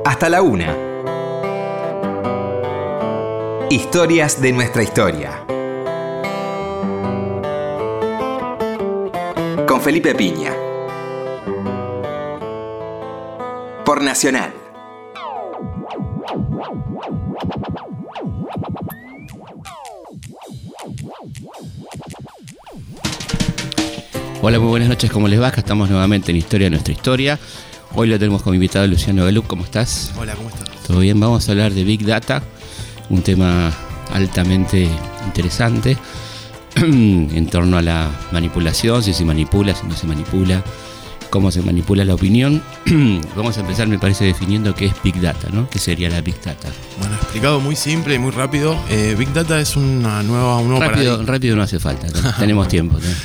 hasta la 1. Historias de nuestra historia. Con Felipe Piña. Por Nacional. Hola, muy buenas noches, ¿cómo les va? Acá estamos nuevamente en Historia de Nuestra Historia. Hoy lo tenemos como invitado Luciano Galup. ¿Cómo estás? Hola, ¿cómo estás? ¿Todo bien? Vamos a hablar de Big Data, un tema altamente interesante en torno a la manipulación, si se manipula, si no se manipula, cómo se manipula la opinión. Vamos a empezar, me parece, definiendo qué es Big Data, ¿no? ¿Qué sería la Big Data? Bueno, explicado muy simple y muy rápido. Big Data es un nuevo paradigma. Rápido no hace falta, ¿no? Tenemos tiempo, ¿no?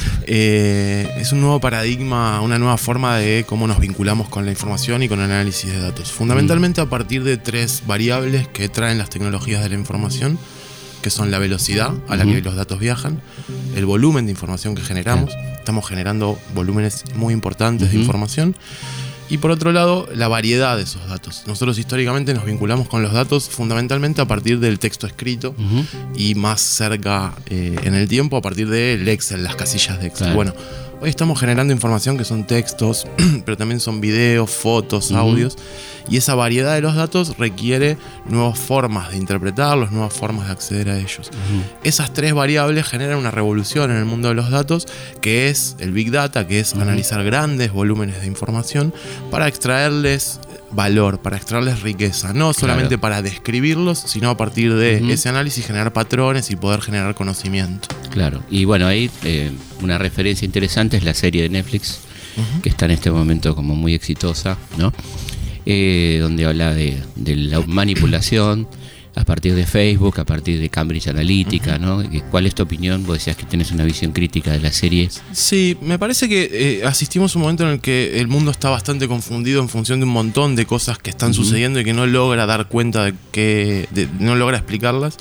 Es un nuevo paradigma, una nueva forma de cómo nos vinculamos con la información y con el análisis de datos. Fundamentalmente a partir de tres variables que traen las tecnologías de la información, que son la velocidad a la que los datos viajan, el volumen de información que generamos, estamos generando volúmenes muy importantes de información, y por otro lado, la variedad de esos datos. Nosotros históricamente nos vinculamos con los datos fundamentalmente a partir del texto escrito y más cerca en el tiempo a partir del Excel, las casillas de Excel. Claro. Bueno, hoy estamos generando información que son textos, pero también son videos, fotos, audios, y esa variedad de los datos requiere nuevas formas de interpretarlos, nuevas formas de acceder a ellos. Esas tres variables generan una revolución en el mundo de los datos, que es el Big Data, que es analizar grandes volúmenes de información para extraerles valor, para extraerles riqueza, no solamente para describirlos, sino a partir de ese análisis generar patrones y poder generar conocimiento. Claro, y bueno, ahí una referencia interesante es la serie de Netflix, que está en este momento como muy exitosa, ¿no? Donde habla de la manipulación a partir de Facebook, a partir de Cambridge Analytica, ¿no? ¿Cuál es tu opinión? Vos decías que tenés una visión crítica de la serie. Sí, me parece que asistimos a un momento en el que el mundo está bastante confundido en función de un montón de cosas que están sucediendo y que no logra dar cuenta no logra explicarlas.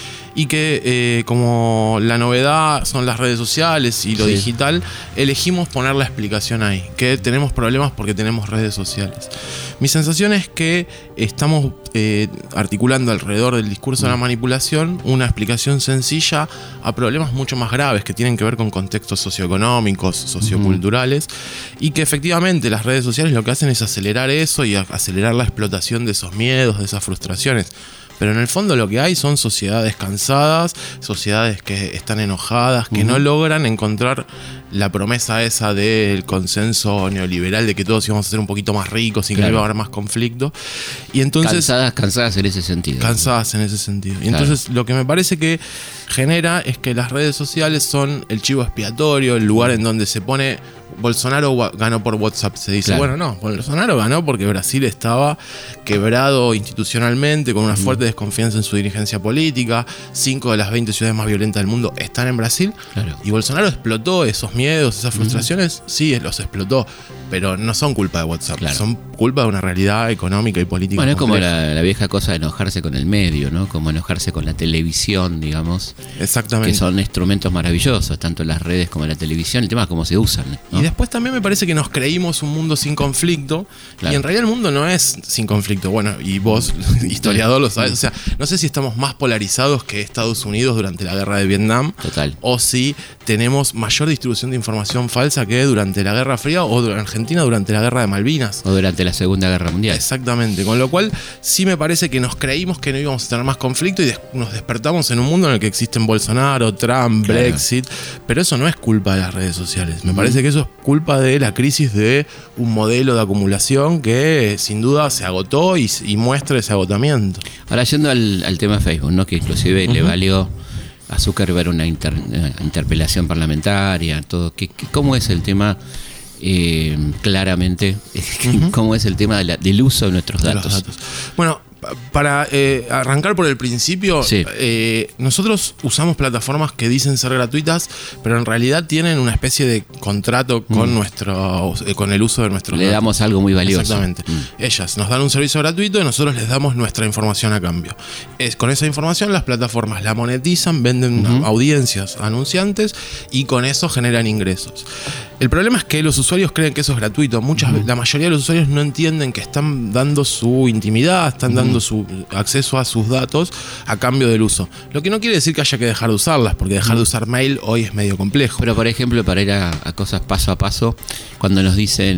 Y que como la novedad son las redes sociales y lo digital, elegimos poner la explicación ahí, que tenemos problemas porque tenemos redes sociales. Mi sensación es que estamos articulando alrededor del discurso de la manipulación una explicación sencilla a problemas mucho más graves que tienen que ver con contextos socioeconómicos, socioculturales, y que efectivamente las redes sociales lo que hacen es acelerar eso y acelerar la explotación de esos miedos, de esas frustraciones. Pero en el fondo lo que hay son sociedades cansadas, sociedades que están enojadas, que no logran encontrar la promesa esa del consenso neoliberal de que todos íbamos a ser un poquito más ricos y que no iba a haber más conflicto. Y entonces, cansadas en ese sentido. Cansadas en ese sentido. Y entonces lo que me parece que genera es que las redes sociales son el chivo expiatorio, el lugar en donde se pone Bolsonaro ganó por WhatsApp, se dice. Bueno, no, Bolsonaro ganó porque Brasil estaba quebrado institucionalmente, con una fuerte desconfianza en su dirigencia política. 5 de las 20 ciudades más violentas del mundo están en Brasil. Y Bolsonaro explotó esos miedos, esas frustraciones. Sí, los explotó, pero no son culpa de WhatsApp, son culpa de una realidad económica y política. Bueno, es como la vieja cosa de enojarse con el medio, ¿no? Como enojarse con la televisión, digamos. Exactamente. Que son instrumentos maravillosos, tanto las redes como la televisión. El tema es cómo se usan, ¿no? Y después también me parece que nos creímos un mundo sin conflicto, y en realidad el mundo no es sin conflicto. Bueno, y vos, historiador, lo sabes. O sea, no sé si estamos más polarizados que Estados Unidos durante la guerra de Vietnam. Total. O si tenemos mayor distribución de información falsa que durante la Guerra Fría o en Argentina durante la Guerra de Malvinas. O durante la Segunda Guerra Mundial. Exactamente. Con lo cual, sí me parece que nos creímos que no íbamos a tener más conflicto y nos despertamos en un mundo en el que existen Bolsonaro, Trump, Brexit. Pero eso no es culpa de las redes sociales. Me parece que eso es culpa de la crisis de un modelo de acumulación que sin duda se agotó y muestra ese agotamiento. Ahora, yendo al tema Facebook, ¿no? Que inclusive le valió a Zuckerberg una interpelación parlamentaria, todo. ¿Cómo es el tema? Claramente, ¿cómo es el tema del uso de nuestros datos? Bueno, Para arrancar por el principio, Sí. Nosotros usamos plataformas que dicen ser gratuitas, pero en realidad tienen una especie de contrato con con el uso de nuestros Le datos. damos algo muy valioso. Exactamente. Ellas nos dan un servicio gratuito y nosotros les damos nuestra información a cambio. Con esa información las plataformas la monetizan, venden audiencias a anunciantes y con eso generan ingresos. El problema es que los usuarios creen que eso es gratuito. La mayoría de los usuarios no entienden que están dando su intimidad, están dando su acceso a sus datos a cambio del uso. Lo que no quiere decir que haya que dejar de usarlas, porque dejar de usar mail hoy es medio complejo. Pero por ejemplo, para ir a cosas paso a paso, cuando nos dicen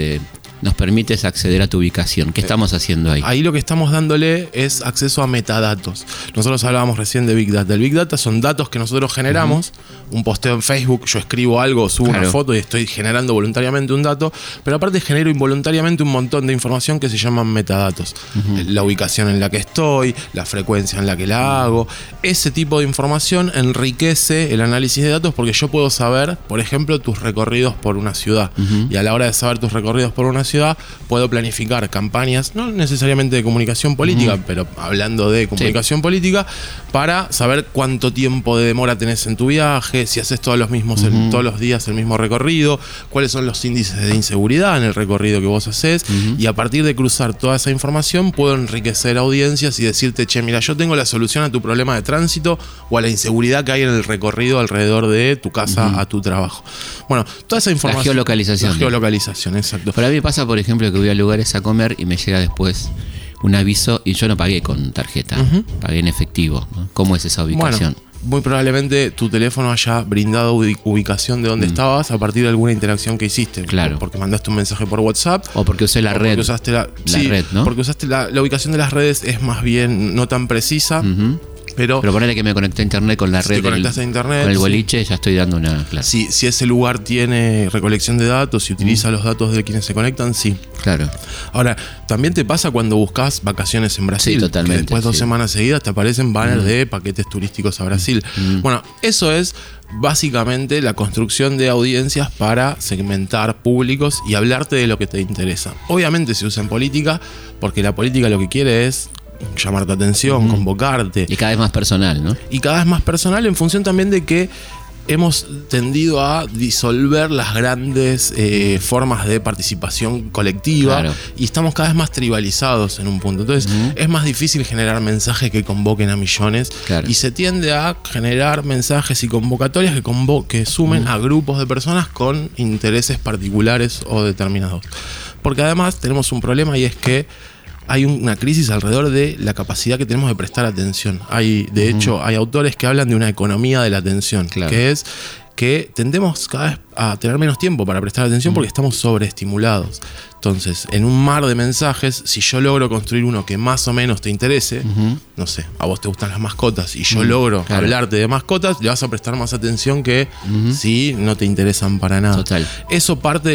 nos permites acceder a tu ubicación, ¿qué estamos haciendo ahí? Ahí lo que estamos dándole es acceso a metadatos. Nosotros hablábamos recién de Big Data. El Big Data son datos que nosotros generamos. Un posteo en Facebook, yo escribo algo, subo una foto y estoy generando voluntariamente un dato, pero aparte genero involuntariamente un montón de información que se llaman metadatos. La ubicación en la que estoy, la frecuencia en la que la hago. Ese tipo de información enriquece el análisis de datos porque yo puedo saber, por ejemplo, tus recorridos por una ciudad. Y a la hora de saber tus recorridos por una ciudad, puedo planificar campañas, no necesariamente de comunicación política, pero hablando de comunicación política, para saber cuánto tiempo de demora tenés en tu viaje, si haces todos los días el mismo recorrido, cuáles son los índices de inseguridad en el recorrido que vos haces, y a partir de cruzar toda esa información puedo enriquecer audiencias y decirte, che, mira, yo tengo la solución a tu problema de tránsito o a la inseguridad que hay en el recorrido alrededor de tu casa a tu trabajo. Bueno, toda esa información. La geolocalización. La geolocalización, exacto. Pero a mí me pasa, por ejemplo, que voy a lugares a comer y me llega después un aviso y yo no pagué con tarjeta, pagué en efectivo, ¿no? ¿Cómo es esa ubicación? Bueno, muy probablemente tu teléfono haya brindado ubicación de dónde estabas a partir de alguna interacción que hiciste. Claro. Porque mandaste un mensaje por WhatsApp. O porque usé la red. Porque usaste la red, ¿no? Porque usaste la ubicación de las redes es más bien no tan precisa. Pero ponele que me conecté a internet con la red. Si conectaste a internet, con el boliche, ya estoy dando una clase. Si ese lugar tiene recolección de datos y utiliza los datos de quienes se conectan, sí. Claro. Ahora, también te pasa cuando buscas vacaciones en Brasil. Sí, totalmente. Que después 2 semanas seguidas te aparecen banners de paquetes turísticos a Brasil. Bueno, eso es básicamente la construcción de audiencias para segmentar públicos y hablarte de lo que te interesa. Obviamente se usa en política, porque la política lo que quiere es llamarte atención, convocarte. Y cada vez más personal, ¿no? Y cada vez más personal en función también de que hemos tendido a disolver las grandes formas de participación colectiva, claro, y estamos cada vez más tribalizados en un punto. Entonces es más difícil generar mensajes que convoquen a millones, claro, y se tiende a generar mensajes y convocatorias que sumen a grupos de personas con intereses particulares o determinados. Porque además tenemos un problema, y es que hay una crisis alrededor de la capacidad que tenemos de prestar atención. De hecho, hay autores que hablan de una economía de la atención, claro, que es que tendemos cada vez a tener menos tiempo para prestar atención porque estamos sobreestimulados. Entonces, en un mar de mensajes, si yo logro construir uno que más o menos te interese, no sé, a vos te gustan las mascotas y yo logro hablarte de mascotas, le vas a prestar más atención que si no te interesan para nada. Total. Eso es parte de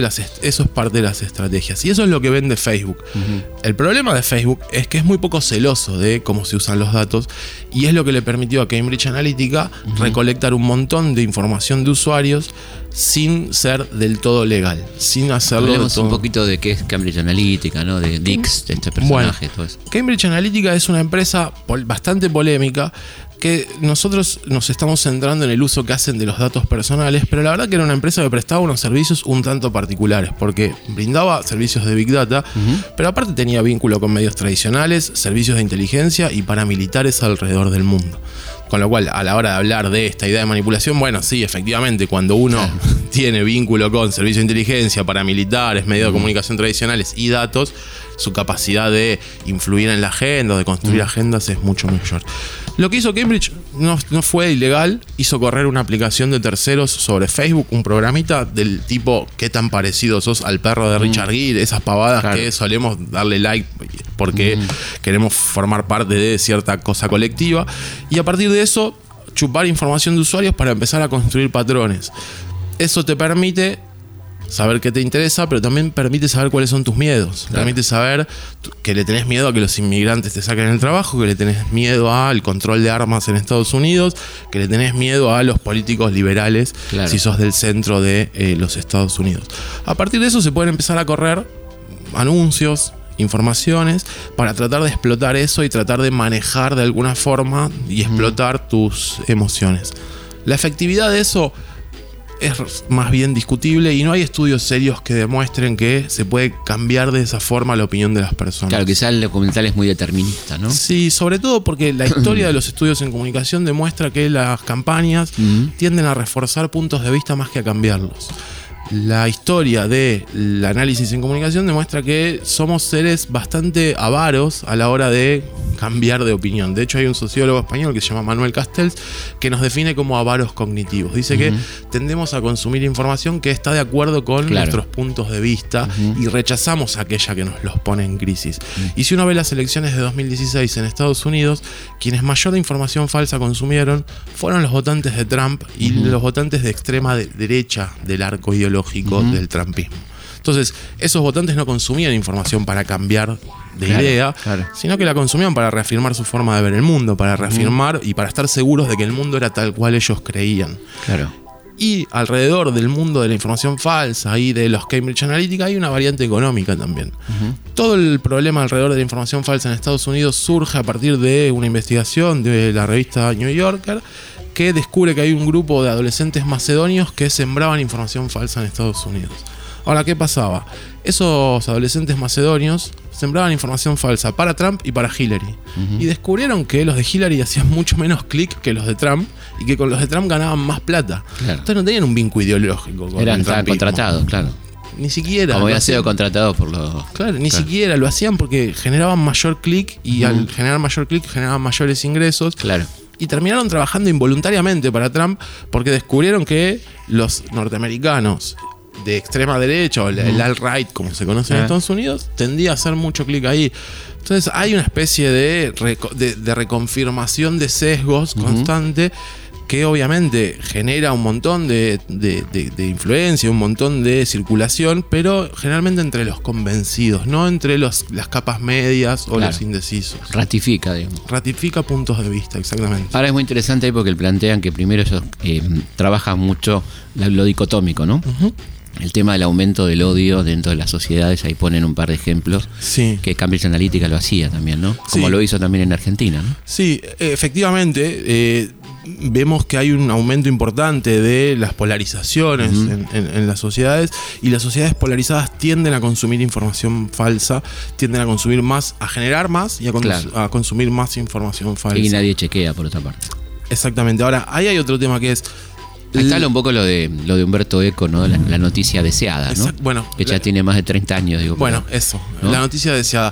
las estrategias. Y eso es lo que vende Facebook. El problema de Facebook es que es muy poco celoso de cómo se usan los datos, y es lo que le permitió a Cambridge Analytica recolectar un montón de información de usuarios sin ser del todo legal, sin hacerlo. Hablemos un poquito de qué es Cambridge Analytica, ¿no? De Dix, de este personaje, todo eso. Cambridge Analytica es una empresa bastante polémica, que nosotros nos estamos centrando en el uso que hacen de los datos personales, pero la verdad que era una empresa que prestaba unos servicios un tanto particulares, porque brindaba servicios de Big Data, pero aparte tenía vínculo con medios tradicionales, servicios de inteligencia y paramilitares alrededor del mundo. Con lo cual, a la hora de hablar de esta idea de manipulación, bueno, sí, efectivamente, cuando uno tiene vínculo con servicios de inteligencia, paramilitares, medios de comunicación tradicionales y datos, su capacidad de influir en la agenda, de construir agendas, es mucho mayor. Lo que hizo Cambridge no fue ilegal, hizo correr una aplicación de terceros sobre Facebook, un programita del tipo ¿qué tan parecido sos al perro de Richard Gere? Esas pavadas que solemos darle like porque queremos formar parte de cierta cosa colectiva, y a partir de eso chupar información de usuarios para empezar a construir patrones. Eso te permite saber qué te interesa, pero también permite saber cuáles son tus miedos. Claro. Permite saber que le tenés miedo a que los inmigrantes te saquen el trabajo, que le tenés miedo al control de armas en Estados Unidos, que le tenés miedo a los políticos liberales, claro, si sos del centro de los Estados Unidos. A partir de eso se pueden empezar a correr anuncios informaciones para tratar de explotar eso y tratar de manejar de alguna forma y explotar tus emociones. La efectividad de eso es más bien discutible y no hay estudios serios que demuestren que se puede cambiar de esa forma la opinión de las personas. Claro, quizás el documental es muy determinista, ¿no? Sí, sobre todo porque la historia de los estudios en comunicación demuestra que las campañas tienden a reforzar puntos de vista más que a cambiarlos. La historia del análisis en comunicación demuestra que somos seres bastante avaros a la hora de cambiar de opinión. De hecho, hay un sociólogo español que se llama Manuel Castells que nos define como avaros cognitivos. Dice que tendemos a consumir información que está de acuerdo con nuestros puntos de vista y rechazamos aquella que nos los pone en crisis. Y si uno ve las elecciones de 2016 en Estados Unidos, quienes mayor información falsa consumieron fueron los votantes de Trump y los votantes de extrema derecha del arco ideológico del trumpismo. Entonces, esos votantes no consumían información para cambiar de idea, sino que la consumían para reafirmar su forma de ver el mundo, para reafirmar y para estar seguros de que el mundo era tal cual ellos creían. Claro. Y alrededor del mundo de la información falsa y de los Cambridge Analytica hay una variante económica también. Todo el problema alrededor de la información falsa en Estados Unidos surge a partir de una investigación de la revista New Yorker que descubre que hay un grupo de adolescentes macedonios que sembraban información falsa en Estados Unidos. Ahora, ¿qué pasaba? Esos adolescentes macedonios sembraban información falsa para Trump y para Hillary. Y descubrieron que los de Hillary hacían mucho menos clic que los de Trump y que con los de Trump ganaban más plata. Claro. Entonces no tenían un vínculo ideológico con Eran contratados, claro. Ni siquiera. Como había sido contratado por los... Claro, ni siquiera lo hacían porque generaban mayor clic y al generar mayor clic generaban mayores ingresos. Claro. Y terminaron trabajando involuntariamente para Trump porque descubrieron que los norteamericanos de extrema derecha o el alt-right, como se conoce en Estados Unidos, tendía a hacer mucho clic ahí. Entonces hay una especie de reconfirmación de sesgos constante que obviamente genera un montón de influencia, un montón de circulación, pero generalmente entre los convencidos, no entre las capas medias o los indecisos. Ratifica, digamos. Ratifica puntos de vista, exactamente. Ahora es muy interesante ahí porque plantean que primero ellos trabajan mucho lo dicotómico, ¿no? El tema del aumento del odio dentro de las sociedades, ahí ponen un par de ejemplos que Cambridge Analytica lo hacía también, ¿no? Como lo hizo también en Argentina, ¿no? Sí, efectivamente, vemos que hay un aumento importante de las polarizaciones en las sociedades, y las sociedades polarizadas tienden a consumir información falsa, tienden a consumir más, a generar más y a consumir más información falsa. Y nadie chequea, por otra parte. Exactamente. Ahora, ahí hay otro tema que es... Está un poco lo de Humberto Eco, ¿no? La noticia deseada, ¿no? Bueno, que ya tiene más de 30 años, digo. Bueno, eso, ¿no? La noticia deseada.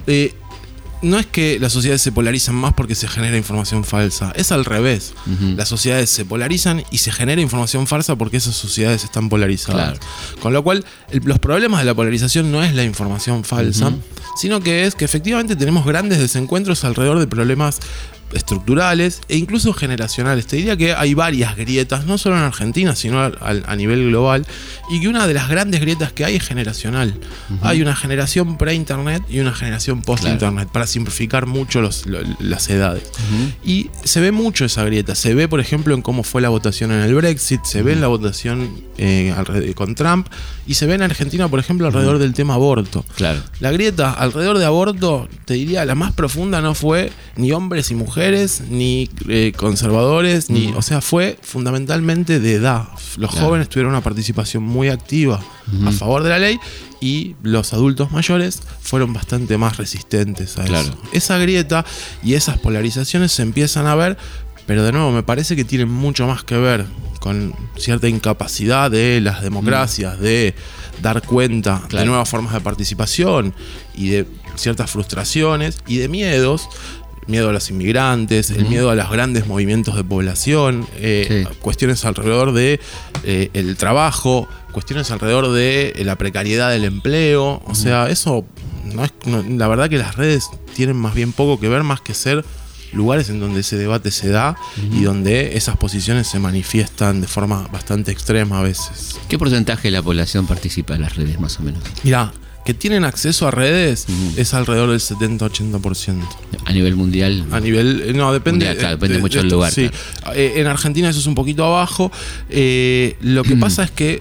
No es que las sociedades se polarizan más porque se genera información falsa, es al revés. Las sociedades se polarizan y se genera información falsa porque esas sociedades están polarizadas. Con lo cual, los problemas de la polarización no es la información falsa, sino que es que efectivamente tenemos grandes desencuentros alrededor de problemas estructurales e incluso generacionales. Te diría que hay varias grietas, no solo en Argentina, sino a nivel global, y que una de las grandes grietas que hay es generacional. Hay una generación pre-internet y una generación post-internet, para simplificar mucho las edades. Y se ve mucho esa grieta. Se ve, por ejemplo, en cómo fue la votación en el Brexit, se ve en la votación con Trump, y se ve en Argentina, por ejemplo, alrededor del tema aborto. La grieta alrededor de aborto, te diría, la más profunda no fue ni hombres y mujeres, ni conservadores, o sea, fue fundamentalmente de edad. Los jóvenes tuvieron una participación muy activa a favor de la ley, y los adultos mayores fueron bastante más resistentes a eso. Esa grieta y esas polarizaciones se empiezan a ver, pero de nuevo me parece que tienen mucho más que ver con cierta incapacidad de las democracias de dar cuenta de nuevas formas de participación y de ciertas frustraciones y de miedos. Miedo a los inmigrantes, el miedo a los grandes movimientos de población, cuestiones alrededor de el trabajo, cuestiones alrededor de la precariedad del empleo. O sea, eso la verdad que las redes tienen más bien poco que ver, más que ser lugares en donde ese debate se da y donde esas posiciones se manifiestan de forma bastante extrema a veces. ¿Qué porcentaje de la población participa en las redes, más o menos? Mirá, que tienen acceso a redes es alrededor del 70-80%. ¿A nivel mundial? A nivel... No, depende. Mundial, claro, depende mucho del lugar. Sí. En Argentina eso es un poquito abajo. Lo que pasa es que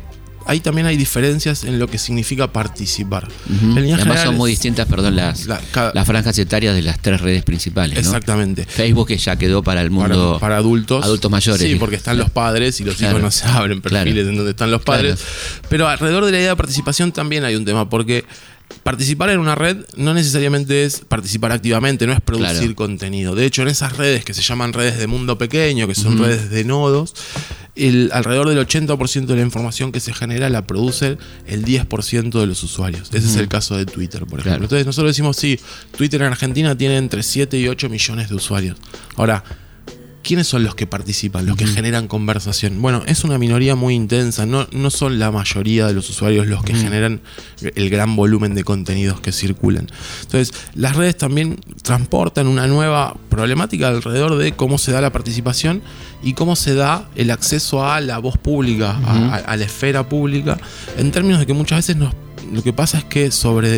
ahí también hay diferencias en lo que significa participar. En líneas Además generales, son muy distintas, perdón, las franjas etarias de las 3 redes principales, ¿no? Exactamente. Facebook, que ya quedó para el mundo para adultos mayores. Sí, porque están los padres y los hijos no se abren perfiles en donde están los padres. Pero alrededor de la idea de participación también hay un tema, porque participar en una red no necesariamente es participar activamente, no es producir contenido. De hecho, en esas redes que se llaman redes de mundo pequeño, que son redes de nodos, alrededor del 80% de la información que se genera la produce el 10% de los usuarios. Ese es el caso de Twitter, por ejemplo. Entonces nosotros decimos, sí, Twitter en Argentina tiene entre 7 y 8 millones de usuarios. Ahora, ¿quiénes son los que participan, los que generan conversación? Bueno, es una minoría muy intensa, no son la mayoría de los usuarios los que generan el gran volumen de contenidos que circulan. Entonces, las redes también transportan una nueva problemática alrededor de cómo se da la participación y cómo se da el acceso a la voz pública, a la esfera pública, en términos de que muchas veces lo que pasa es que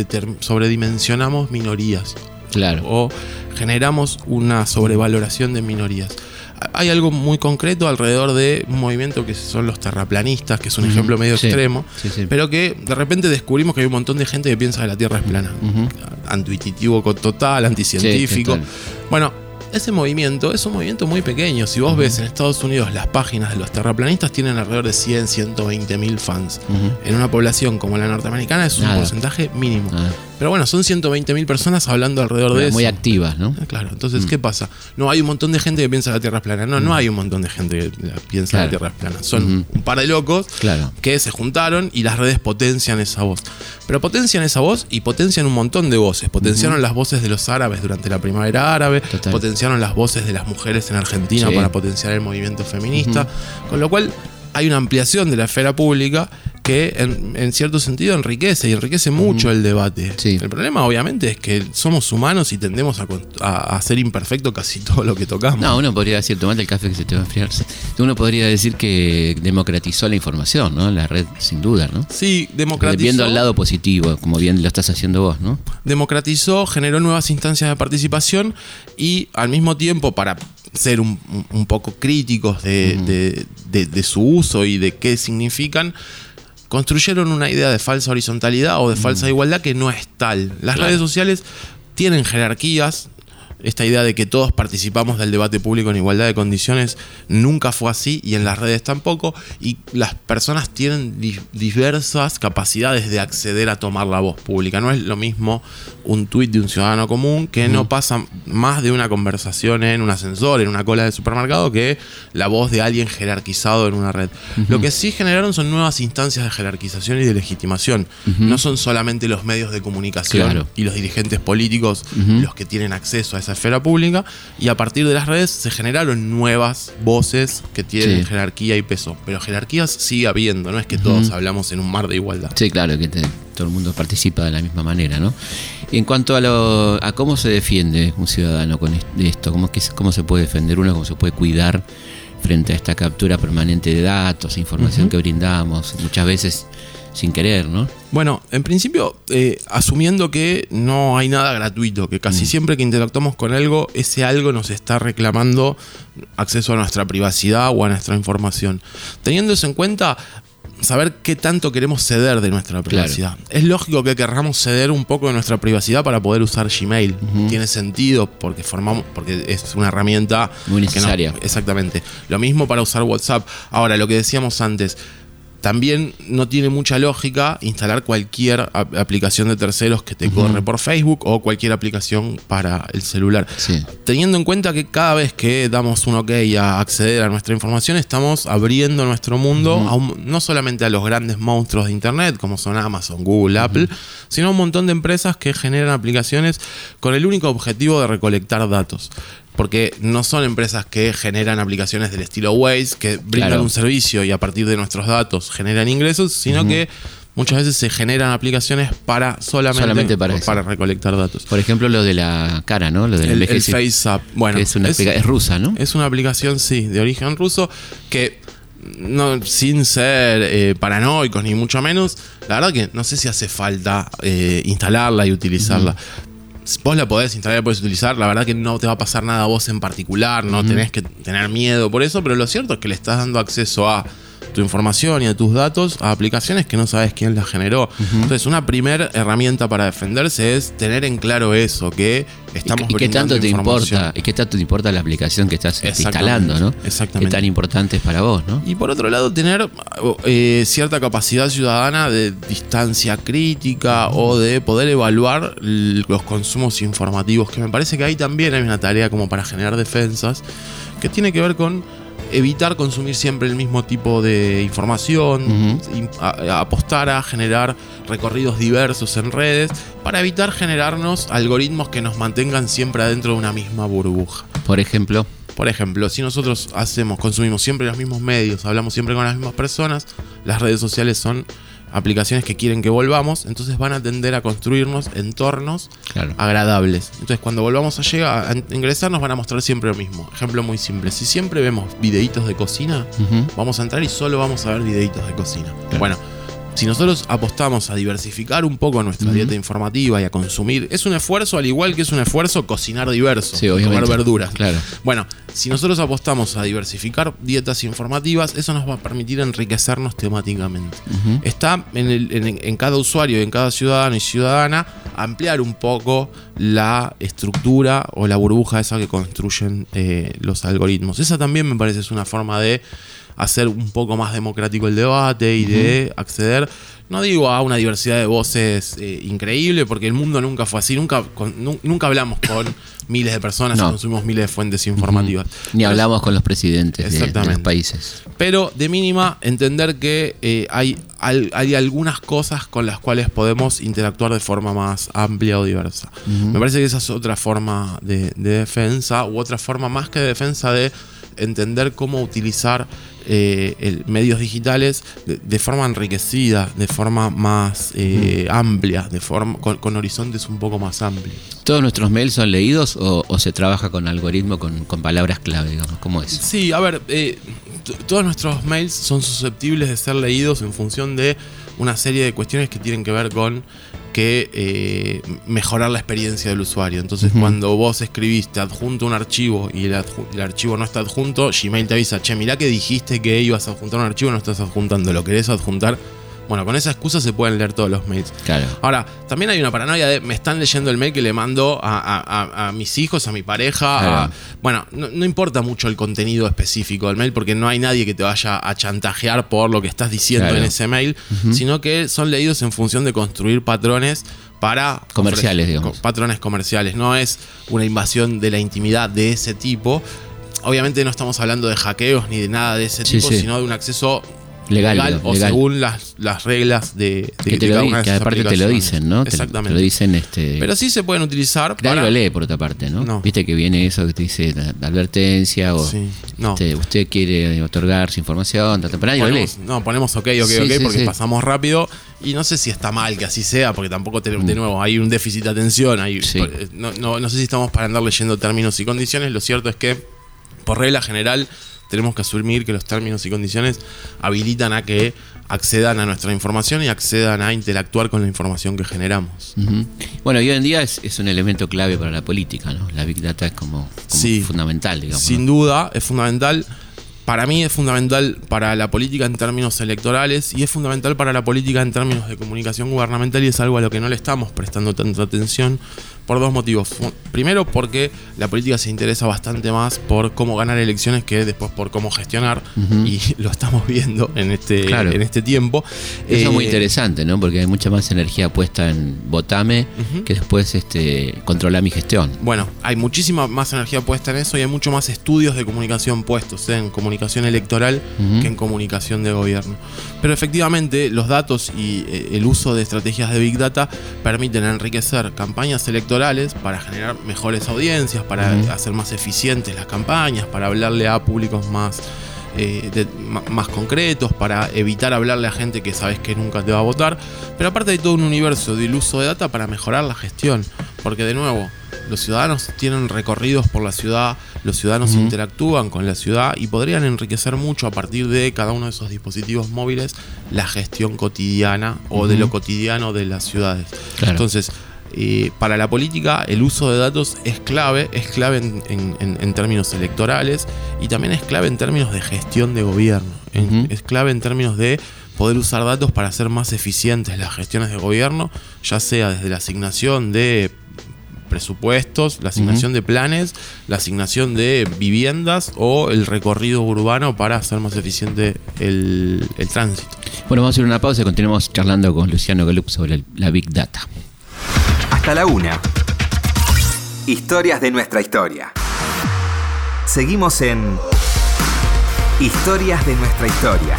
sobredimensionamos minorías. Claro. O generamos una sobrevaloración de minorías. Hay algo muy concreto alrededor de un movimiento que son los terraplanistas, que es un ejemplo medio extremo, pero que de repente descubrimos que hay un montón de gente que piensa que la Tierra es plana. Antiintuitivo total, anticientífico. Bueno, ese movimiento es un movimiento muy pequeño. Si vos ves en Estados Unidos las páginas de los terraplanistas, tienen alrededor de 100, 120 mil fans. En una población como la norteamericana es un porcentaje mínimo. Pero bueno, son 120 mil personas hablando alrededor de eso. Muy activas, ¿no? Claro, entonces, ¿qué pasa? No hay un montón de gente que piensa que la Tierra es plana. No hay un montón de gente que piensa que la Tierra es plana. Son un par de locos que se juntaron y las redes potencian esa voz. Pero potencian esa voz y potencian un montón de voces. Potenciaron las voces de los árabes durante la primavera árabe, potenciaron las voces de las mujeres en Argentina para potenciar el movimiento feminista. Con lo cual hay una ampliación de la esfera pública que en cierto sentido enriquece mucho el debate. El problema obviamente es que somos humanos y tendemos a ser imperfectos casi todo lo que tocamos. No, uno podría decir, tomate el café que se te va a enfriar. Uno podría decir que democratizó la información, ¿no? La red, sin duda, ¿no? Sí, democratizó. Viendo el lado positivo, como bien lo estás haciendo vos, ¿no? Democratizó, generó nuevas instancias de participación y al mismo tiempo, para ser un poco críticos de su uso y de qué significan, construyeron una idea de falsa horizontalidad o de falsa igualdad que no es tal. Las redes sociales tienen jerarquías. Esta idea de que todos participamos del debate público en igualdad de condiciones nunca fue así, y en las redes tampoco, y las personas tienen diversas capacidades de acceder a tomar la voz pública. No es lo mismo un tuit de un ciudadano común que no pasa más de una conversación en un ascensor, en una cola de supermercado, que la voz de alguien jerarquizado en una red. Lo que sí generaron son nuevas instancias de jerarquización y de legitimación. No son solamente los medios de comunicación y los dirigentes políticos los que tienen acceso a esa esfera pública, y a partir de las redes se generaron nuevas voces que tienen jerarquía y peso. Pero jerarquías sigue habiendo, no es que todos hablamos en un mar de igualdad. Sí, claro, que todo el mundo participa de la misma manera, ¿no? Y en cuanto a cómo se defiende un ciudadano con esto, cómo se puede defender uno, cómo se puede cuidar frente a esta captura permanente de datos, información que brindamos, muchas veces sin querer, ¿no? Bueno, en principio, asumiendo que no hay nada gratuito, que casi siempre que interactuamos con algo, ese algo nos está reclamando acceso a nuestra privacidad o a nuestra información. Teniendo eso en cuenta, saber qué tanto queremos ceder de nuestra privacidad. Es lógico que querramos ceder un poco de nuestra privacidad para poder usar Gmail. Tiene sentido porque es una herramienta muy necesaria. Exactamente. Lo mismo para usar WhatsApp. Ahora, lo que decíamos antes, también no tiene mucha lógica instalar cualquier aplicación de terceros que te corre por Facebook o cualquier aplicación para el celular. Teniendo en cuenta que cada vez que damos un OK a acceder a nuestra información, estamos abriendo nuestro mundo no solamente a los grandes monstruos de Internet, como son Amazon, Google, Apple, sino a un montón de empresas que generan aplicaciones con el único objetivo de recolectar datos. Porque no son empresas que generan aplicaciones del estilo Waze, que brindan un servicio y a partir de nuestros datos generan ingresos, sino que muchas veces se generan aplicaciones solamente para recolectar datos. Por ejemplo, lo de la cara, ¿no? Lo del el FaceApp. Bueno, es rusa, ¿no? Es una aplicación, sí, de origen ruso, que no, sin ser paranoicos ni mucho menos, la verdad que no sé si hace falta instalarla y utilizarla. Vos la podés instalar y podés utilizar, la verdad que no te va a pasar nada a vos en particular, no tenés que tener miedo por eso, pero lo cierto es que le estás dando acceso a tu información y de tus datos a aplicaciones que no sabes quién las generó. Entonces, una primera herramienta para defenderse es tener en claro eso, que estamos ¿Y qué tanto te información. importa? ¿Y qué tanto te importa la aplicación que estás instalando, ¿no? Exactamente. Qué tan importante es para vos, ¿no? Y por otro lado, tener cierta capacidad ciudadana de distancia crítica o de poder evaluar los consumos informativos, que me parece que ahí también hay una tarea como para generar defensas, que tiene que ver con evitar consumir siempre el mismo tipo de información, apostar a generar recorridos diversos en redes, para evitar generarnos algoritmos que nos mantengan siempre adentro de una misma burbuja. Por ejemplo, si nosotros consumimos siempre los mismos medios, hablamos siempre con las mismas personas, las redes sociales son aplicaciones que quieren que volvamos, entonces van a tender a construirnos entornos agradables. Entonces, cuando volvamos a ingresar, nos van a mostrar siempre lo mismo. Ejemplo muy simple: si siempre vemos videitos de cocina, vamos a entrar y solo vamos a ver videitos de cocina. Bueno, si nosotros apostamos a diversificar un poco nuestra dieta informativa y a consumir, es un esfuerzo, al igual que es un esfuerzo cocinar diverso, comer verduras. Claro. Bueno, si nosotros apostamos a diversificar dietas informativas, eso nos va a permitir enriquecernos temáticamente. Está en cada usuario y en cada ciudadano y ciudadana ampliar un poco la estructura o la burbuja esa que construyen los algoritmos. Esa también me parece es una forma de hacer un poco más democrático el debate y de acceder, no digo a una diversidad de voces increíble, porque el mundo nunca fue así, nunca hablamos con miles de personas y consumimos miles de fuentes informativas. Ni hablamos con los presidentes de los países. Pero de mínima entender que hay algunas cosas con las cuales podemos interactuar de forma más amplia o diversa. Me parece que esa es otra forma de defensa, u otra forma más que de defensa de entender cómo utilizar medios digitales de forma enriquecida, de forma más amplia, con horizontes un poco más amplios. ¿Todos nuestros mails son leídos o se trabaja con algoritmo con palabras clave, digamos? ¿Cómo es? Sí, a ver, todos nuestros mails son susceptibles de ser leídos en función de una serie de cuestiones que tienen que ver con mejorar la experiencia del usuario. Entonces, cuando vos escribiste adjunto un archivo y el archivo no está adjunto, Gmail te avisa: che, mirá que dijiste que ibas a adjuntar un archivo, no estás adjuntando, ¿lo querés adjuntar? Bueno, con esa excusa se pueden leer todos los mails. Claro. Ahora, también hay una paranoia de me están leyendo el mail que le mando a mis hijos, a mi pareja. Claro. Bueno, no importa mucho el contenido específico del mail, porque no hay nadie que te vaya a chantajear por lo que estás diciendo en ese mail, sino que son leídos en función de construir patrones para comerciales, digamos. Patrones comerciales. No es una invasión de la intimidad de ese tipo. Obviamente no estamos hablando de hackeos ni de nada de ese tipo, sino de un acceso legal o según las reglas de cada una de esas aparte te lo dicen, ¿no? Exactamente. Te lo dicen Pero sí se pueden utilizar para... Nadie lo lee, por otra parte, ¿no? Viste que viene eso que te dice la advertencia o usted quiere otorgar su información, pero nadie lo lee. No, ponemos ok, porque pasamos rápido. Y no sé si está mal que así sea, porque tampoco de nuevo hay un déficit de atención. No sé si estamos para andar leyendo términos y condiciones. Lo cierto es que, por regla general, tenemos que asumir que los términos y condiciones habilitan a que accedan a nuestra información y accedan a interactuar con la información que generamos. Bueno, y hoy en día es un elemento clave para la política, ¿no? La Big Data es como fundamental, digamos. Sin duda, es fundamental. Para mí es fundamental para la política en términos electorales y es fundamental para la política en términos de comunicación gubernamental, y es algo a lo que no le estamos prestando tanta atención por dos motivos. Primero, porque la política se interesa bastante más por cómo ganar elecciones que después por cómo gestionar, y lo estamos viendo en este tiempo. Eso es muy interesante, ¿no? Porque hay mucha más energía puesta en votame que después controlar mi gestión. Bueno, hay muchísima más energía puesta en eso y hay mucho más estudios de comunicación puestos en comunicación electoral que en comunicación de gobierno. Pero efectivamente los datos y el uso de estrategias de Big Data permiten enriquecer campañas electorales para generar mejores audiencias, para hacer más eficientes las campañas, para hablarle a públicos más concretos, para evitar hablarle a gente que sabes que nunca te va a votar. Pero aparte hay todo un universo del uso de data para mejorar la gestión, porque de nuevo los ciudadanos tienen recorridos por la ciudad, los ciudadanos interactúan con la ciudad y podrían enriquecer mucho a partir de cada uno de esos dispositivos móviles la gestión cotidiana o de lo cotidiano de las ciudades. Claro. Entonces, para la política el uso de datos es clave en términos electorales y también es clave en términos de gestión de gobierno. Es clave en términos de poder usar datos para hacer más eficientes las gestiones de gobierno, ya sea desde la asignación de presupuestos, la asignación de planes, la asignación de viviendas o el recorrido urbano para hacer más eficiente el tránsito. Bueno, vamos a hacer una pausa y continuamos charlando con Luciano Galup sobre la Big Data. Hasta la 1. Historias de nuestra historia. Seguimos en Historias de nuestra historia.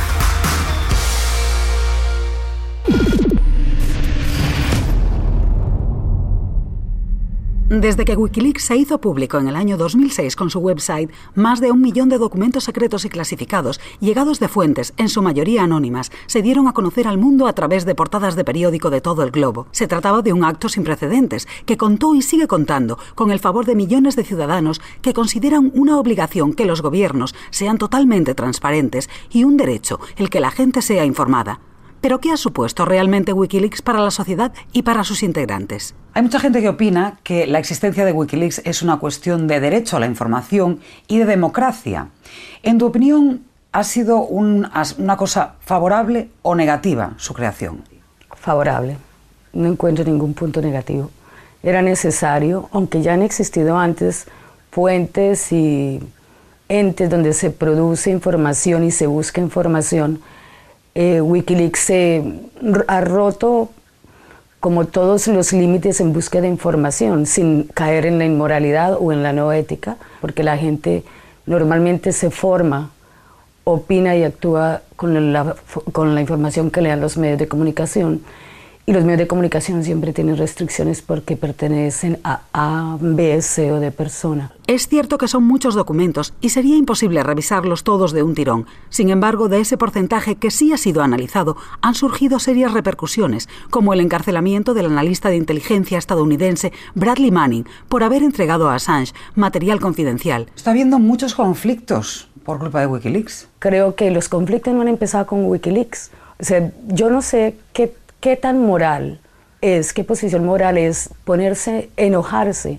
Desde que Wikileaks se hizo público en el año 2006 con su website, más de 1 millón de documentos secretos y clasificados, llegados de fuentes, en su mayoría anónimas, se dieron a conocer al mundo a través de portadas de periódico de todo el globo. Se trataba de un acto sin precedentes, que contó y sigue contando con el favor de millones de ciudadanos que consideran una obligación que los gobiernos sean totalmente transparentes y un derecho el que la gente sea informada. ¿Pero qué ha supuesto realmente Wikileaks para la sociedad y para sus integrantes? Hay mucha gente que opina que la existencia de Wikileaks es una cuestión de derecho a la información y de democracia. En tu opinión, ¿ha sido una cosa favorable o negativa su creación? Favorable. No encuentro ningún punto negativo. Era necesario, aunque ya han existido antes fuentes y entes donde se produce información y se busca información. Wikileaks ha roto como todos los límites en búsqueda de información, sin caer en la inmoralidad o en la no ética, porque la gente normalmente se forma, opina y actúa con la información que le dan los medios de comunicación. Y los medios de comunicación siempre tienen restricciones porque pertenecen a B, C o de persona. Es cierto que son muchos documentos y sería imposible revisarlos todos de un tirón. Sin embargo, de ese porcentaje que sí ha sido analizado, han surgido serias repercusiones, como el encarcelamiento del analista de inteligencia estadounidense Bradley Manning por haber entregado a Assange material confidencial. Está habiendo muchos conflictos por culpa de Wikileaks. Creo que los conflictos no han empezado con Wikileaks. O sea, yo no sé qué tan moral es, qué posición moral es enojarse,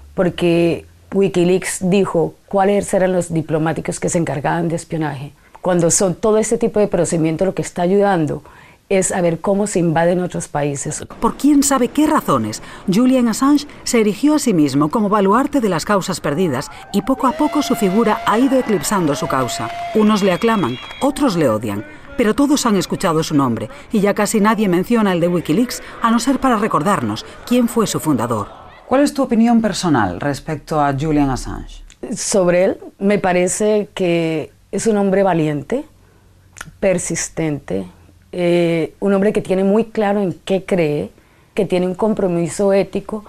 porque Wikileaks dijo cuáles eran los diplomáticos que se encargaban de espionaje. Cuando son todo este tipo de procedimiento, lo que está ayudando es a ver cómo se invaden otros países. Por quién sabe qué razones, Julian Assange se erigió a sí mismo como baluarte de las causas perdidas y poco a poco su figura ha ido eclipsando su causa. Unos le aclaman, otros le odian. Pero todos han escuchado su nombre y ya casi nadie menciona el de Wikileaks, a no ser para recordarnos quién fue su fundador. ¿Cuál es tu opinión personal respecto a Julian Assange? Sobre él, me parece que es un hombre valiente, persistente, un hombre que tiene muy claro en qué cree, que tiene un compromiso ético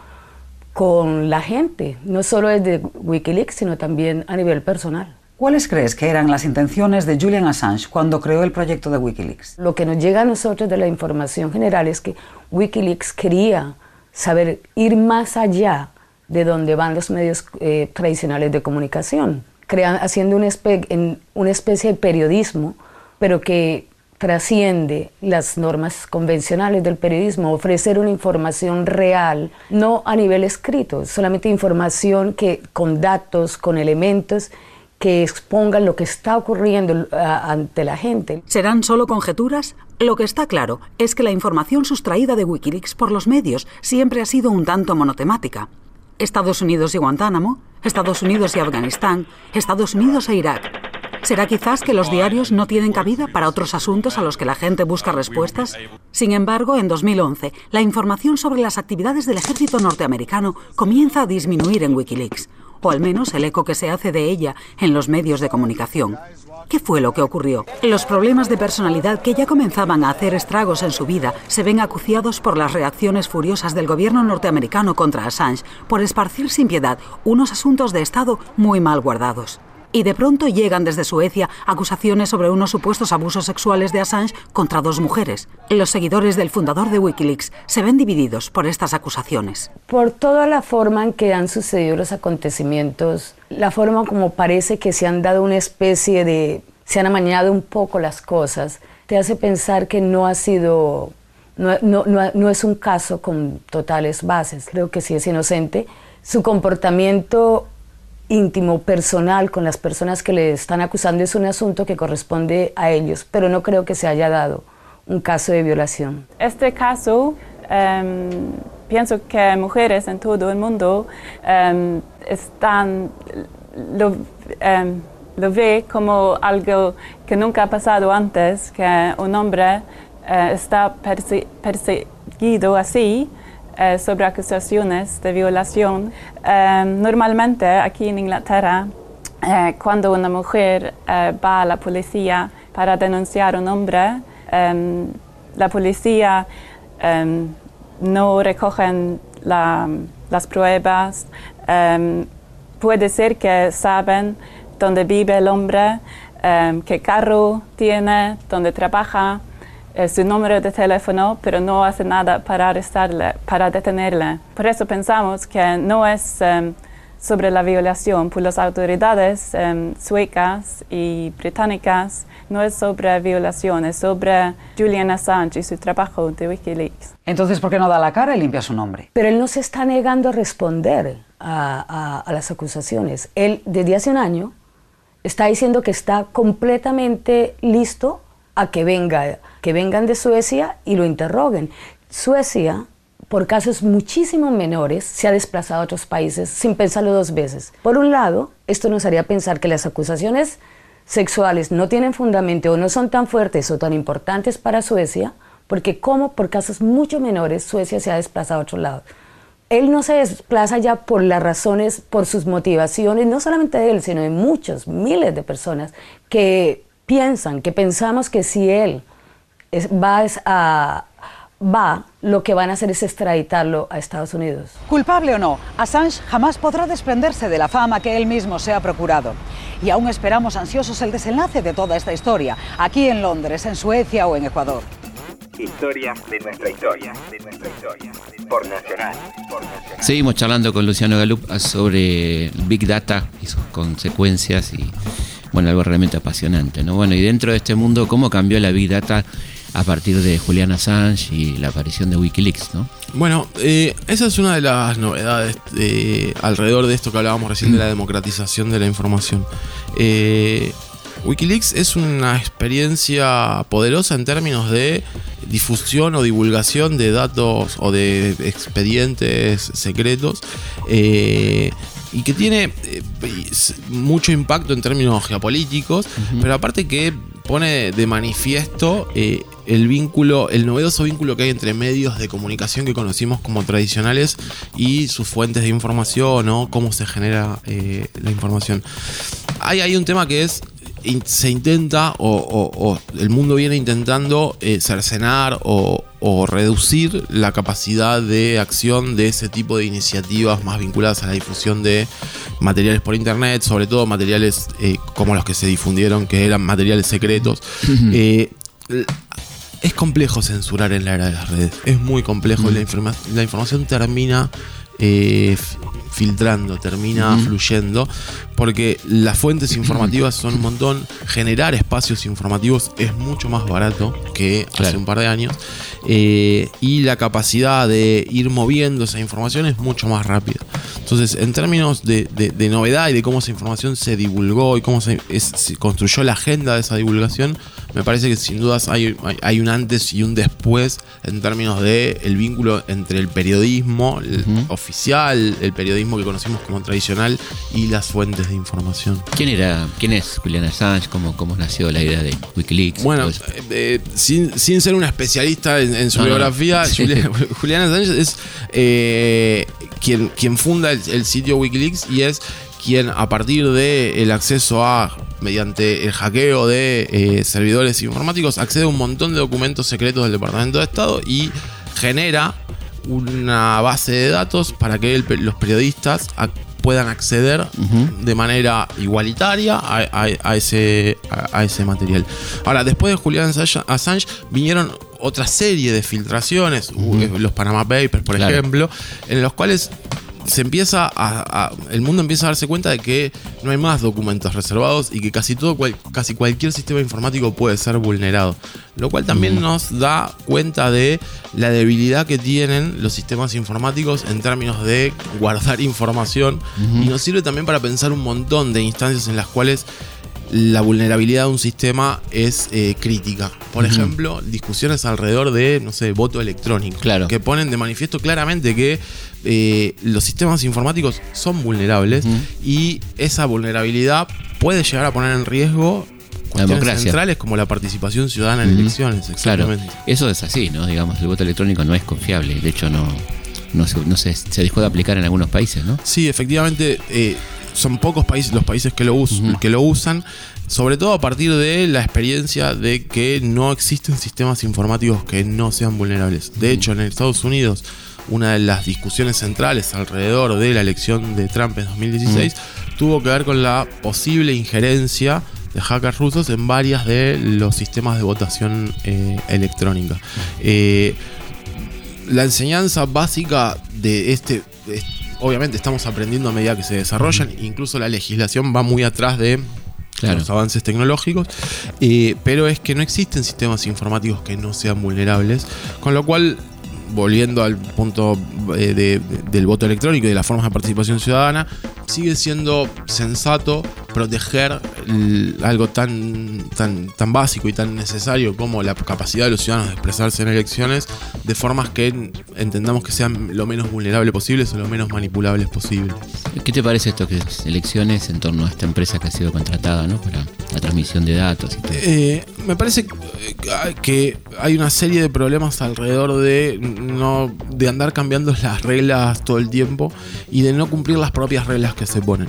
con la gente, no solo desde Wikileaks, sino también a nivel personal. ¿Cuáles crees que eran las intenciones de Julian Assange cuando creó el proyecto de Wikileaks? Lo que nos llega a nosotros de la información general es que Wikileaks quería saber ir más allá de donde van los medios tradicionales de comunicación, haciendo una especie de periodismo, pero que trasciende las normas convencionales del periodismo, ofrecer una información real, no a nivel escrito, solamente información que con datos, con elementos, que expongan lo que está ocurriendo ante la gente. ¿Serán solo conjeturas? Lo que está claro es que la información sustraída de Wikileaks por los medios siempre ha sido un tanto monotemática. Estados Unidos y Guantánamo, Estados Unidos y Afganistán, Estados Unidos e Irak. ¿Será quizás que los diarios no tienen cabida para otros asuntos a los que la gente busca respuestas? Sin embargo, en 2011, la información sobre las actividades del ejército norteamericano comienza a disminuir en Wikileaks, o al menos el eco que se hace de ella en los medios de comunicación. ¿Qué fue lo que ocurrió? Los problemas de personalidad que ya comenzaban a hacer estragos en su vida se ven acuciados por las reacciones furiosas del gobierno norteamericano contra Assange por esparcir sin piedad unos asuntos de Estado muy mal guardados. Y de pronto llegan desde Suecia acusaciones sobre unos supuestos abusos sexuales de Assange contra 2 mujeres. Los seguidores del fundador de Wikileaks se ven divididos por estas acusaciones. Por toda la forma en que han sucedido los acontecimientos, la forma como parece que se han dado una especie de... se han amañado un poco las cosas, te hace pensar que no ha sido... no es un caso con totales bases. Creo que sí es inocente. Su comportamiento íntimo, personal con las personas que le están acusando es un asunto que corresponde a ellos, pero no creo que se haya dado un caso de violación. Este caso, pienso que mujeres en todo el mundo lo ve como algo que nunca ha pasado antes, que un hombre está perseguido así sobre acusaciones de violación. Normalmente aquí en Inglaterra, cuando una mujer va a la policía para denunciar a un hombre, la policía no recogen las pruebas. Puede ser que saben dónde vive el hombre, qué carro tiene, dónde trabaja, su número de teléfono, pero no hace nada para arrestarle, para detenerle. Por eso pensamos que no es sobre la violación por las autoridades suecas y británicas, no es sobre violación, es sobre Julian Assange y su trabajo de Wikileaks. Entonces, ¿por qué no da la cara y limpia su nombre? Pero él no se está negando a responder a las acusaciones. Él, desde hace un año, está diciendo que está completamente listo a que vengan de Suecia y lo interroguen. Suecia, por casos muchísimo menores, se ha desplazado a otros países sin pensarlo dos veces. Por un lado, esto nos haría pensar que las acusaciones sexuales no tienen fundamento o no son tan fuertes o tan importantes para Suecia, porque como por casos mucho menores Suecia se ha desplazado a otro lado. Él no se desplaza ya por las razones, por sus motivaciones, no solamente de él, sino de muchos, miles de personas que pensamos que si él va, lo que van a hacer es extraditarlo a Estados Unidos. Culpable o no, Assange jamás podrá desprenderse de la fama que él mismo se ha procurado. Y aún esperamos ansiosos el desenlace de toda esta historia, aquí en Londres, en Suecia o en Ecuador. Historia de nuestra historia, por Nacional. Seguimos charlando con Luciano Galup sobre Big Data y sus consecuencias y, bueno, algo realmente apasionante, ¿no? Bueno, y dentro de este mundo, ¿cómo cambió la Big Data a partir de Julian Assange y la aparición de Wikileaks, ¿no? Bueno, esa es una de las novedades alrededor de esto que hablábamos recién de la democratización de la información. Wikileaks es una experiencia poderosa en términos de difusión o divulgación de datos o de expedientes secretos y que tiene mucho impacto en términos geopolíticos, pero aparte que pone de manifiesto el novedoso vínculo que hay entre medios de comunicación que conocimos como tradicionales y sus fuentes de información, ¿no? Cómo se genera la información. Hay un tema que es se intenta o el mundo viene intentando cercenar o reducir la capacidad de acción de ese tipo de iniciativas más vinculadas a la difusión de materiales por internet, sobre todo materiales como los que se difundieron, que eran materiales secretos. Es complejo censurar en la era de las redes, es muy complejo. La información termina filtrando, termina fluyendo, porque las fuentes informativas son un montón. Generar espacios informativos es mucho más barato que hace un par de años, y la capacidad de ir moviendo esa información es mucho más rápida. Entonces, en términos de novedad y de cómo esa información se divulgó y cómo se construyó la agenda de esa divulgación, me parece que sin dudas hay un antes y un después en términos de el vínculo entre el periodismo oficial, el periodismo que conocimos como tradicional, y las fuentes de información. ¿Quién es Julian Assange? ¿Cómo nació la idea de Wikileaks? Bueno, sin ser un especialista en su biografía, Julian Assange es quien funda el sitio Wikileaks y es quien, a partir del acceso mediante el hackeo de servidores informáticos, accede a un montón de documentos secretos del Departamento de Estado y genera una base de datos para que los periodistas puedan acceder de manera igualitaria a ese material. Ahora, después de Julian Assange vinieron otra serie de filtraciones, los Panama Papers, por ejemplo, en los cuales el mundo empieza a darse cuenta de que no hay más documentos reservados y que casi cualquier sistema informático puede ser vulnerado, lo cual también nos da cuenta de la debilidad que tienen los sistemas informáticos en términos de guardar información, y nos sirve también para pensar un montón de instancias en las cuales la vulnerabilidad de un sistema es crítica. Por ejemplo, discusiones alrededor de, no sé, voto electrónico, que ponen de manifiesto claramente que los sistemas informáticos son vulnerables, y esa vulnerabilidad puede llegar a poner en riesgo cuestiones centrales como la participación ciudadana en elecciones. Exactamente. Claro, eso es así, ¿no? Digamos, el voto electrónico no es confiable. De hecho, se dejó de aplicar en algunos países, ¿no? Sí, efectivamente. Son pocos países los países que lo usan, sobre todo a partir de la experiencia de que no existen sistemas informáticos que no sean vulnerables. De hecho, en Estados Unidos, una de las discusiones centrales alrededor de la elección de Trump en 2016 tuvo que ver con la posible injerencia de hackers rusos en varias de los sistemas de votación electrónica. La enseñanza básica de obviamente estamos aprendiendo a medida que se desarrollan, incluso la legislación va muy atrás de los avances tecnológicos, pero es que no existen sistemas informáticos que no sean vulnerables, con lo cual, volviendo al punto del voto electrónico y de las formas de participación ciudadana, sigue siendo sensato proteger algo tan básico y tan necesario como la capacidad de los ciudadanos de expresarse en elecciones de formas que entendamos que sean lo menos vulnerables posibles o lo menos manipulables posibles. ¿Qué te parece esto que es elecciones en torno a esta empresa que ha sido contratada, ¿no?, para la transmisión de datos y todo? Me parece que hay una serie de problemas alrededor de andar cambiando las reglas todo el tiempo y de no cumplir las propias reglas que se ponen.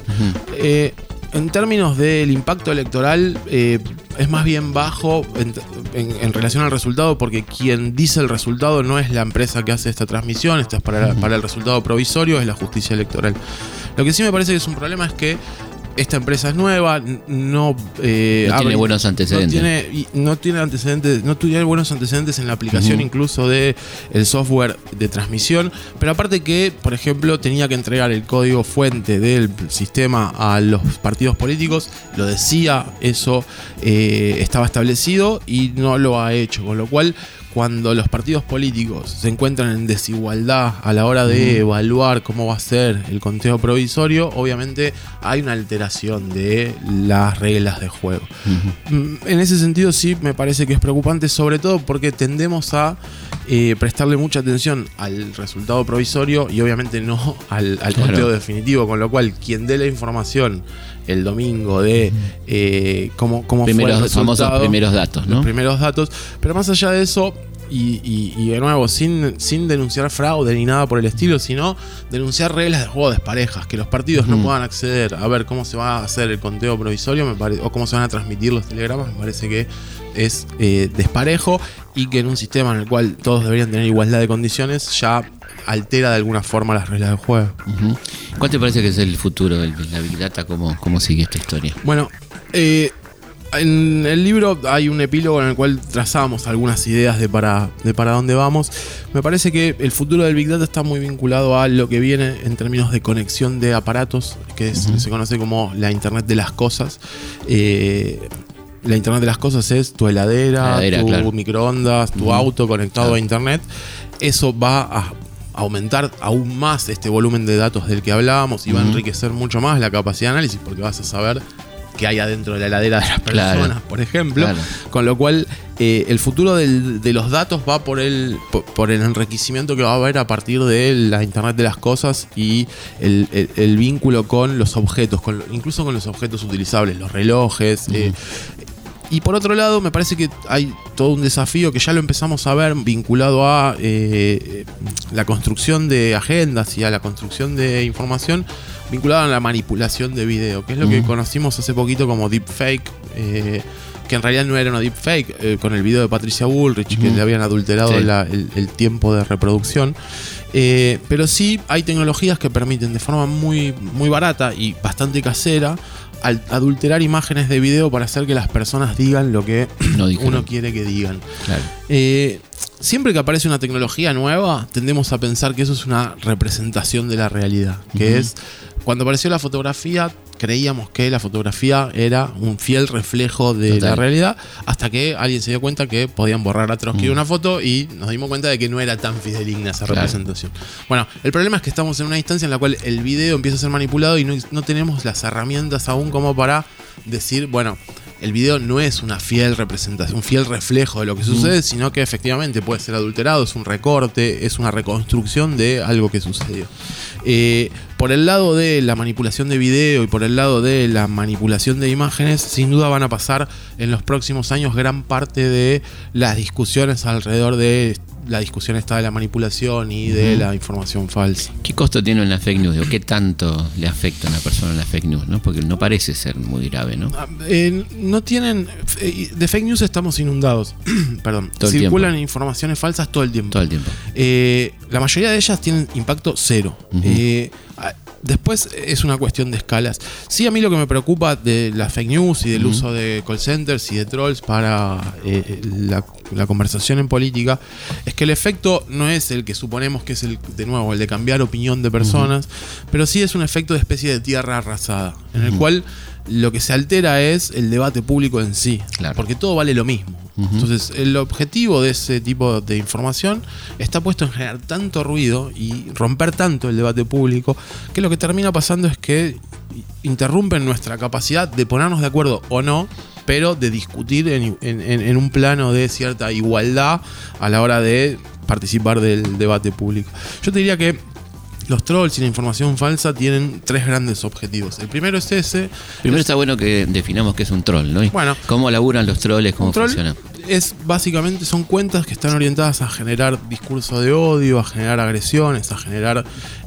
En términos del impacto electoral, es más bien bajo en relación al resultado, porque quien dice el resultado no es la empresa que hace esta transmisión. Esto es para el resultado provisorio, es la justicia electoral. Lo que sí me parece que es un problema es que esta empresa es nueva, no tiene buenos antecedentes. No tiene buenos antecedentes en la aplicación incluso de el software de transmisión, pero aparte que, por ejemplo, tenía que entregar el código fuente del sistema a los partidos políticos, lo decía, eso estaba establecido y no lo ha hecho, con lo cual, cuando los partidos políticos se encuentran en desigualdad a la hora de evaluar cómo va a ser el conteo provisorio, obviamente hay una alteración de las reglas de juego. En ese sentido sí me parece que es preocupante, sobre todo porque tendemos a prestarle mucha atención al resultado provisorio y obviamente no al conteo definitivo, con lo cual quien dé la información el domingo de cómo fue el resultado, famosos primeros datos, ¿no? Los primeros datos, pero más allá de eso, y de nuevo, sin denunciar fraude ni nada por el estilo, sino denunciar reglas de juego desparejas, que los partidos no puedan acceder a ver cómo se va a hacer el conteo provisorio, o cómo se van a transmitir los telegramas, me parece que es desparejo, y que en un sistema en el cual todos deberían tener igualdad de condiciones ya altera de alguna forma las reglas del juego. ¿Cuál te parece que es el futuro de la Big Data? ¿Cómo sigue esta historia? Bueno, en el libro hay un epílogo en el cual trazamos algunas ideas de para dónde vamos. Me parece que el futuro del Big Data está muy vinculado a lo que viene en términos de conexión de aparatos, que se conoce como la Internet de las cosas. La Internet de las cosas es tu heladera, tu microondas, tu auto conectado a Internet. Eso va a aumentar aún más este volumen de datos del que hablábamos y va a enriquecer mucho más la capacidad de análisis, porque vas a saber qué hay adentro de la heladera de las personas, por ejemplo. Con lo cual, el futuro de los datos va por el enriquecimiento que va a haber a partir de la Internet de las cosas y el vínculo con los objetos, incluso con los objetos utilizables, los relojes. Y por otro lado, me parece que hay todo un desafío que ya lo empezamos a ver vinculado a la construcción de agendas y a la construcción de información vinculada a la manipulación de video, que es lo que conocimos hace poquito como deepfake, que en realidad no era una deepfake, con el video de Patricia Bullrich, que le habían adulterado el tiempo de reproducción. Pero sí hay tecnologías que permiten de forma muy, muy barata y bastante casera adulterar imágenes de video para hacer que las personas digan lo que uno quiere que digan. siempre que aparece una tecnología nueva, tendemos a pensar que eso es una representación de la realidad. Que es, cuando apareció la fotografía, creíamos que la fotografía era un fiel reflejo de la realidad, hasta que alguien se dio cuenta que podían borrar a Trotsky una foto y nos dimos cuenta de que no era tan fidedigna esa representación. Bueno, el problema es que estamos en una instancia en la cual el video empieza a ser manipulado y no tenemos las herramientas aún como para decir, bueno, el video no es una fiel representación, un fiel reflejo de lo que sucede, sino que efectivamente puede ser adulterado, es un recorte, es una reconstrucción de algo que sucedió. Por el lado de la manipulación de video y por el lado de la manipulación de imágenes, sin duda van a pasar en los próximos años gran parte de las discusiones alrededor de la discusión esta de la manipulación y de la información falsa. ¿Qué costo tiene en la fake news? ¿O qué tanto le afecta a una persona en la fake news? ¿No? Porque no parece ser muy grave, ¿no? No tienen... de fake news estamos inundados. Perdón. Todo el Circulan tiempo. Informaciones falsas todo el tiempo. Todo el tiempo. La mayoría de ellas tienen impacto cero. Después es una cuestión de escalas. Sí, a mí lo que me preocupa de la fake news y del uso de call centers y de trolls para la conversación en política es que el efecto no es el que suponemos que es el de cambiar opinión de personas, pero sí es un efecto de especie de tierra arrasada, en el cual lo que se altera es el debate público en sí, porque todo vale lo mismo. Entonces, el objetivo de ese tipo de información está puesto en generar tanto ruido y romper tanto el debate público, que lo que termina pasando es que interrumpen nuestra capacidad de ponernos de acuerdo o no, pero de discutir en un plano de cierta igualdad a la hora de participar del debate público. Yo te diría que los trolls y la información falsa tienen 3 grandes objetivos. El primero es ese. Primero está bueno que definamos qué es un troll, ¿no? Bueno, ¿cómo laburan los trolls? ¿Cómo funciona? Básicamente son cuentas que están orientadas a generar discurso de odio, a generar agresiones, a generar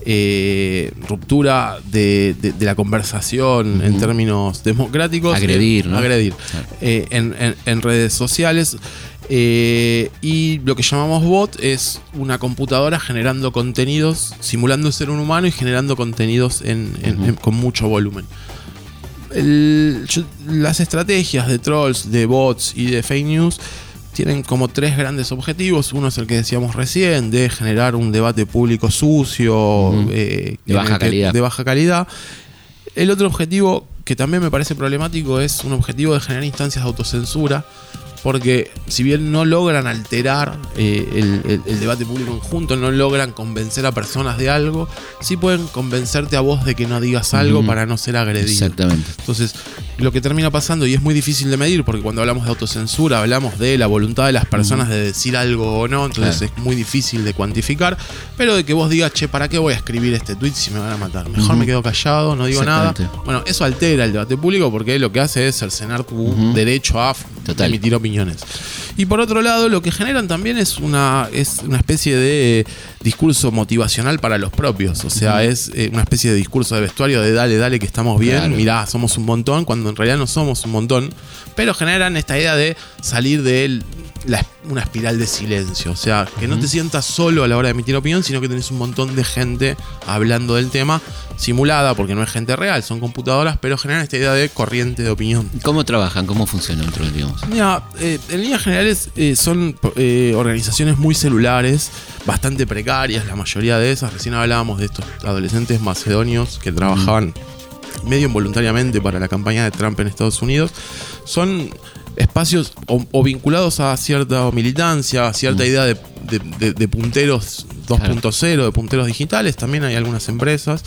ruptura de la conversación en términos democráticos. Agredir, ¿no? Agredir. Claro. En redes sociales. Y lo que llamamos bot es una computadora generando contenidos, simulando ser un humano y generando contenidos con mucho volumen. Las estrategias de trolls, de bots y de fake news tienen como 3 grandes objetivos. Uno es el que decíamos recién, de generar un debate público sucio, de baja calidad. El otro objetivo, que también me parece problemático, es un objetivo de generar instancias de autocensura, porque si bien no logran alterar el debate público en conjunto, no logran convencer a personas de algo, sí pueden convencerte a vos de que no digas algo para no ser agredido. Exactamente. Entonces, lo que termina pasando, y es muy difícil de medir, porque cuando hablamos de autocensura hablamos de la voluntad de las personas de decir algo o no, entonces es muy difícil de cuantificar, pero de que vos digas, che, ¿para qué voy a escribir este tweet si me van a matar? Mejor me quedo callado, no digo nada. Bueno, eso altera el debate público porque lo que hace es cercenar tu derecho a emitir opiniones. Y por otro lado, lo que generan también es una especie de discurso motivacional para los propios. O sea, es una especie de discurso de vestuario de dale que estamos bien, mirá, somos un montón, cuando en realidad no somos un montón. Pero generan esta idea de salir de una espiral de silencio. O sea, que no te sientas solo a la hora de emitir opinión, sino que tenés un montón de gente hablando del tema, simulada, porque no es gente real, son computadoras, pero generan esta idea de corriente de opinión. ¿Cómo trabajan? ¿Cómo funciona un troll, digamos? Mira, en líneas generales son organizaciones muy celulares, bastante precarias, la mayoría de esas. Recién hablábamos de estos adolescentes macedonios que trabajaban medio involuntariamente para la campaña de Trump en Estados Unidos. Son espacios o vinculados a cierta militancia, a cierta idea de punteros 2.0, de punteros digitales. También hay algunas empresas,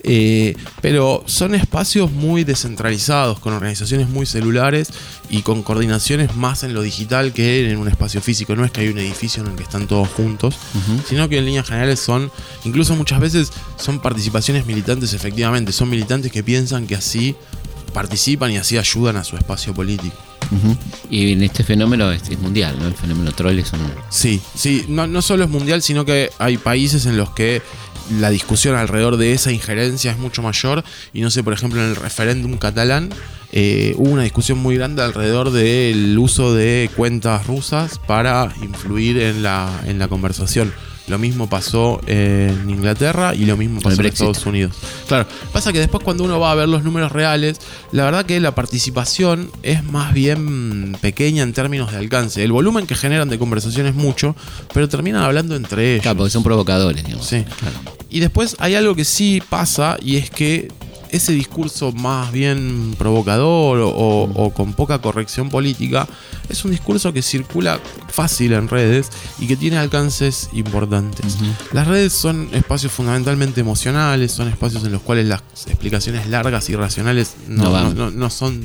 pero son espacios muy descentralizados, con organizaciones muy celulares y con coordinaciones más en lo digital que en un espacio físico. No es que hay un edificio en el que están todos juntos, sino que en líneas generales incluso muchas veces son participaciones militantes. Efectivamente, son militantes que piensan que así participan y así ayudan a su espacio político. Y en este fenómeno es mundial, ¿no? El fenómeno troll es un... Sí, no solo es mundial, sino que hay países en los que la discusión alrededor de esa injerencia es mucho mayor. Y no sé, por ejemplo, en el referéndum catalán hubo una discusión muy grande alrededor del uso de cuentas rusas para influir en la conversación. lo mismo pasó en Inglaterra y lo mismo pasó en Estados Unidos. Claro, pasa que después cuando uno va a ver los números reales, la verdad que la participación es más bien pequeña en términos de alcance. El volumen que generan de conversación es mucho, pero terminan hablando entre ellos. Claro, porque son provocadores, digamos. Sí. Claro. Y después hay algo que sí pasa, y es que ese discurso más bien provocador o con poca corrección política es un discurso que circula fácil en redes y que tiene alcances importantes. Las redes son espacios fundamentalmente emocionales, son espacios en los cuales las explicaciones largas y racionales no son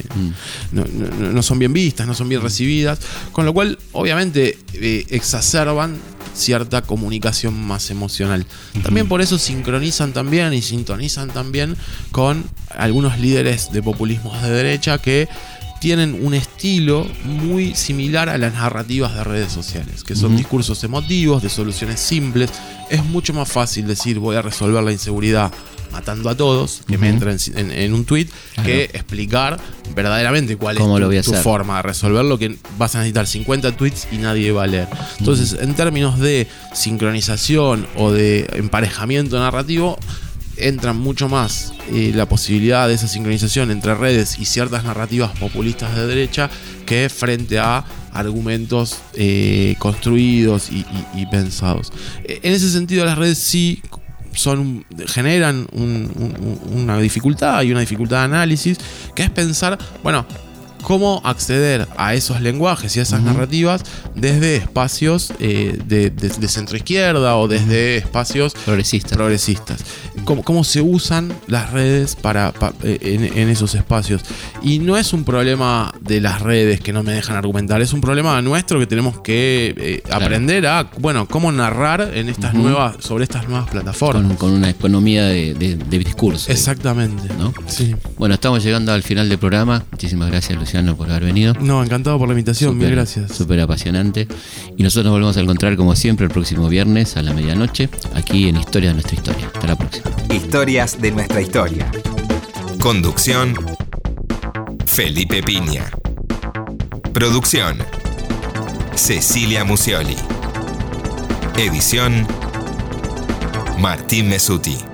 bien vistas, no son bien recibidas, con lo cual obviamente exacerban cierta comunicación más emocional. También por eso sincronizan también y sintonizan también con algunos líderes de populismos de derecha que tienen un estilo muy similar a las narrativas de redes sociales, que son discursos emotivos, de soluciones simples. Es mucho más fácil decir voy a resolver la inseguridad matando a todos, que me entra en un tweet, que explicar verdaderamente cuál es tu forma de resolverlo, que vas a necesitar 50 tweets y nadie va a leer. Entonces, en términos de sincronización o de emparejamiento narrativo, entra mucho más la posibilidad de esa sincronización entre redes y ciertas narrativas populistas de derecha que frente a argumentos construidos y pensados. En ese sentido, las redes sí generan una dificultad y una dificultad de análisis, que es pensar, bueno, cómo acceder a esos lenguajes y a esas narrativas desde espacios de centroizquierda o desde espacios progresistas. Cómo se usan las redes en esos espacios. Y no es un problema de las redes que no me dejan argumentar, es un problema nuestro que tenemos que aprender a, cómo narrar en estas sobre estas nuevas plataformas. Con una economía de discurso. Exactamente. ¿No? Sí. Bueno, estamos llegando al final del programa. Muchísimas gracias, Luciano, por haber venido. No, encantado por la invitación, mil gracias. Súper apasionante. Y nosotros nos volvemos a encontrar como siempre el próximo viernes a la medianoche, aquí en Historia de Nuestra Historia. Hasta la próxima. Historias de nuestra historia. Conducción: Felipe Piña. Producción: Cecilia Musioli. Edición: Martín Mesuti.